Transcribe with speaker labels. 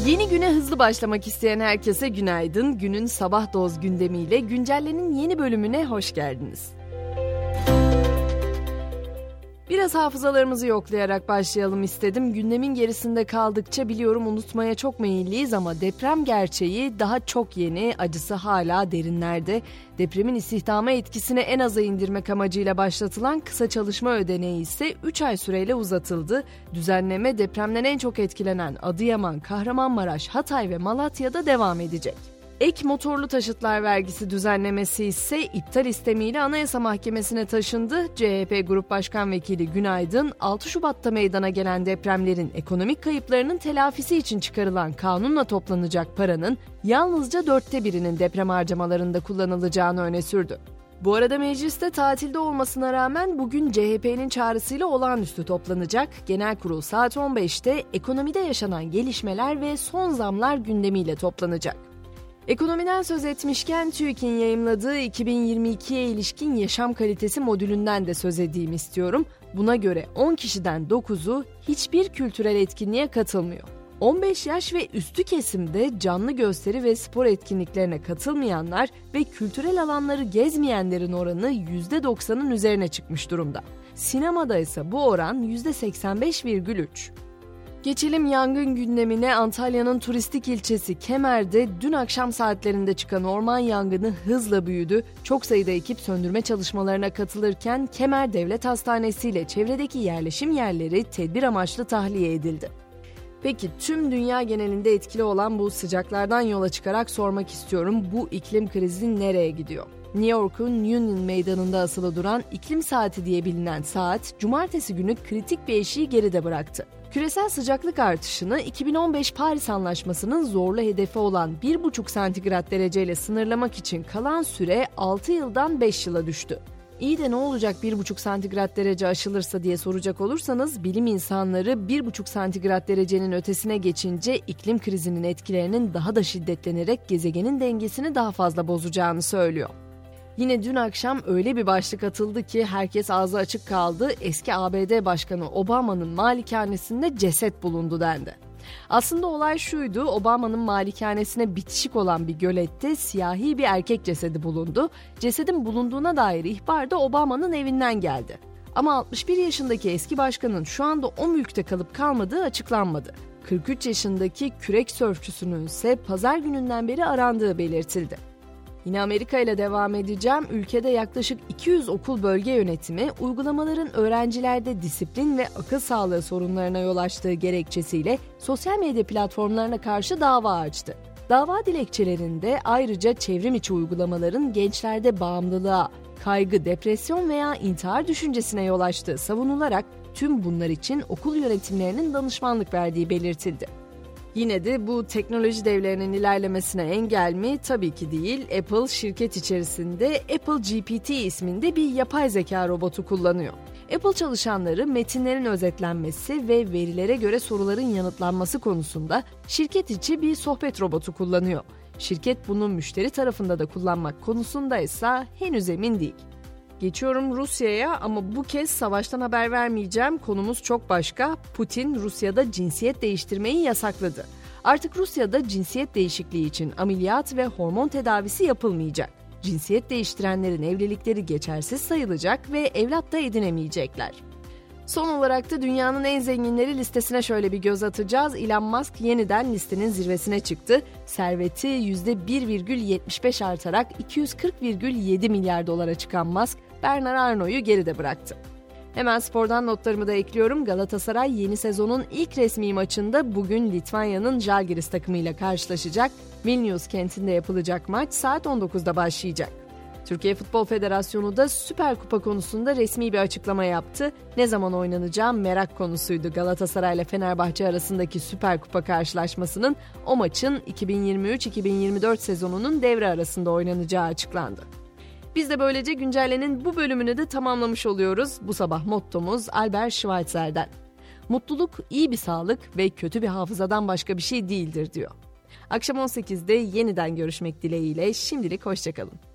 Speaker 1: Yeni güne hızlı başlamak isteyen herkese günaydın. Günün sabah doz gündemiyle Güncelle'nin yeni bölümüne hoş geldiniz. Biraz hafızalarımızı yoklayarak başlayalım istedim. Gündemin gerisinde kaldıkça biliyorum unutmaya çok meyilliyiz ama deprem gerçeği daha çok yeni, acısı hala derinlerde. Depremin istihdama etkisini en aza indirmek amacıyla başlatılan kısa çalışma ödeneği ise 3 ay süreyle uzatıldı. Düzenleme depremden en çok etkilenen Adıyaman, Kahramanmaraş, Hatay ve Malatya'da devam edecek. Ek motorlu taşıtlar vergisi düzenlemesi ise iptal istemiyle Anayasa Mahkemesi'ne taşındı. CHP Grup Başkan Vekili Günaydın, 6 Şubat'ta meydana gelen depremlerin ekonomik kayıplarının telafisi için çıkarılan kanunla toplanacak paranın yalnızca 1/4'ünün deprem harcamalarında kullanılacağını öne sürdü. Bu arada mecliste tatilde olmasına rağmen bugün CHP'nin çağrısıyla olağanüstü toplanacak. Genel kurul saat 15'te ekonomide yaşanan gelişmeler ve son zamlar gündemiyle toplanacak. Ekonomiden söz etmişken TÜİK'in yayımladığı 2022'ye ilişkin yaşam kalitesi modülünden de söz edeyim istiyorum. Buna göre 10 kişiden 9'u hiçbir kültürel etkinliğe katılmıyor. 15 yaş ve üstü kesimde canlı gösteri ve spor etkinliklerine katılmayanlar ve kültürel alanları gezmeyenlerin oranı %90'ın üzerine çıkmış durumda. Sinemada ise bu oran %85,3. Geçelim yangın gündemine. Antalya'nın turistik ilçesi Kemer'de dün akşam saatlerinde çıkan orman yangını hızla büyüdü. Çok sayıda ekip söndürme çalışmalarına katılırken Kemer Devlet Hastanesi ile çevredeki yerleşim yerleri tedbir amaçlı tahliye edildi. Peki tüm dünya genelinde etkili olan bu sıcaklardan yola çıkarak sormak istiyorum. Bu iklim krizi nereye gidiyor? New York'un Union Meydanı'nda asılı duran iklim saati diye bilinen saat, cumartesi günü kritik bir eşiği geride bıraktı. Küresel sıcaklık artışını 2015 Paris Anlaşması'nın zorlu hedefi olan 1,5 santigrat dereceyle sınırlamak için kalan süre 6 yıldan 5 yıla düştü. İyi de ne olacak 1,5 santigrat derece aşılırsa diye soracak olursanız bilim insanları 1,5 santigrat derecenin ötesine geçince iklim krizinin etkilerinin daha da şiddetlenerek gezegenin dengesini daha fazla bozacağını söylüyor. Yine dün akşam öyle bir başlık atıldı ki herkes ağzı açık kaldı. Eski ABD Başkanı Obama'nın malikanesinde ceset bulundu dendi. Aslında olay şuydu: Obama'nın malikanesine bitişik olan bir gölette siyahi bir erkek cesedi bulundu. Cesedin bulunduğuna dair ihbar da Obama'nın evinden geldi. Ama 61 yaşındaki eski başkanın şu anda o mülkte kalıp kalmadığı açıklanmadı. 43 yaşındaki kürek sörfçüsünün ise pazar gününden beri arandığı belirtildi. Yine Amerika ile devam edeceğim. Ülkede yaklaşık 200 okul bölge yönetimi uygulamaların öğrencilerde disiplin ve akıl sağlığı sorunlarına yol açtığı gerekçesiyle sosyal medya platformlarına karşı dava açtı. Dava dilekçelerinde ayrıca çevrim içi uygulamaların gençlerde bağımlılığa, kaygı, depresyon veya intihar düşüncesine yol açtığı savunularak tüm bunlar için okul yönetimlerinin danışmanlık verdiği belirtildi. Yine de bu teknoloji devlerinin ilerlemesine engel mi? Tabii ki değil. Apple şirket içerisinde Apple GPT isminde bir yapay zeka robotu kullanıyor. Apple çalışanları metinlerin özetlenmesi ve verilere göre soruların yanıtlanması konusunda şirket içi bir sohbet robotu kullanıyor. Şirket bunu müşteri tarafında da kullanmak konusunda ise henüz emin değil. Geçiyorum Rusya'ya ama bu kez savaştan haber vermeyeceğim. Konumuz çok başka. Putin Rusya'da cinsiyet değiştirmeyi yasakladı. Artık Rusya'da cinsiyet değişikliği için ameliyat ve hormon tedavisi yapılmayacak. Cinsiyet değiştirenlerin evlilikleri geçersiz sayılacak ve evlat da edinemeyecekler. Son olarak da dünyanın en zenginleri listesine şöyle bir göz atacağız. Elon Musk yeniden listenin zirvesine çıktı. Serveti %1,75 artarak 240,7 milyar dolara çıkan Musk, Bernard Arnault'u geride bıraktı. Hemen spordan notlarımı da ekliyorum. Galatasaray yeni sezonun ilk resmi maçında bugün Litvanya'nın Žalgiris takımıyla karşılaşacak. Vilnius kentinde yapılacak maç saat 19'da başlayacak. Türkiye Futbol Federasyonu da Süper Kupa konusunda resmi bir açıklama yaptı. Ne zaman oynanacağı merak konusuydu. Galatasaray ile Fenerbahçe arasındaki Süper Kupa karşılaşmasının o maçın 2023-2024 sezonunun devre arasında oynanacağı açıklandı. Biz de böylece Güncelle'nin bu bölümünü de tamamlamış oluyoruz. Bu sabah mottomuz Albert Schweitzer'den. Mutluluk iyi bir sağlık ve kötü bir hafızadan başka bir şey değildir diyor. Akşam 18'de yeniden görüşmek dileğiyle şimdilik hoşçakalın.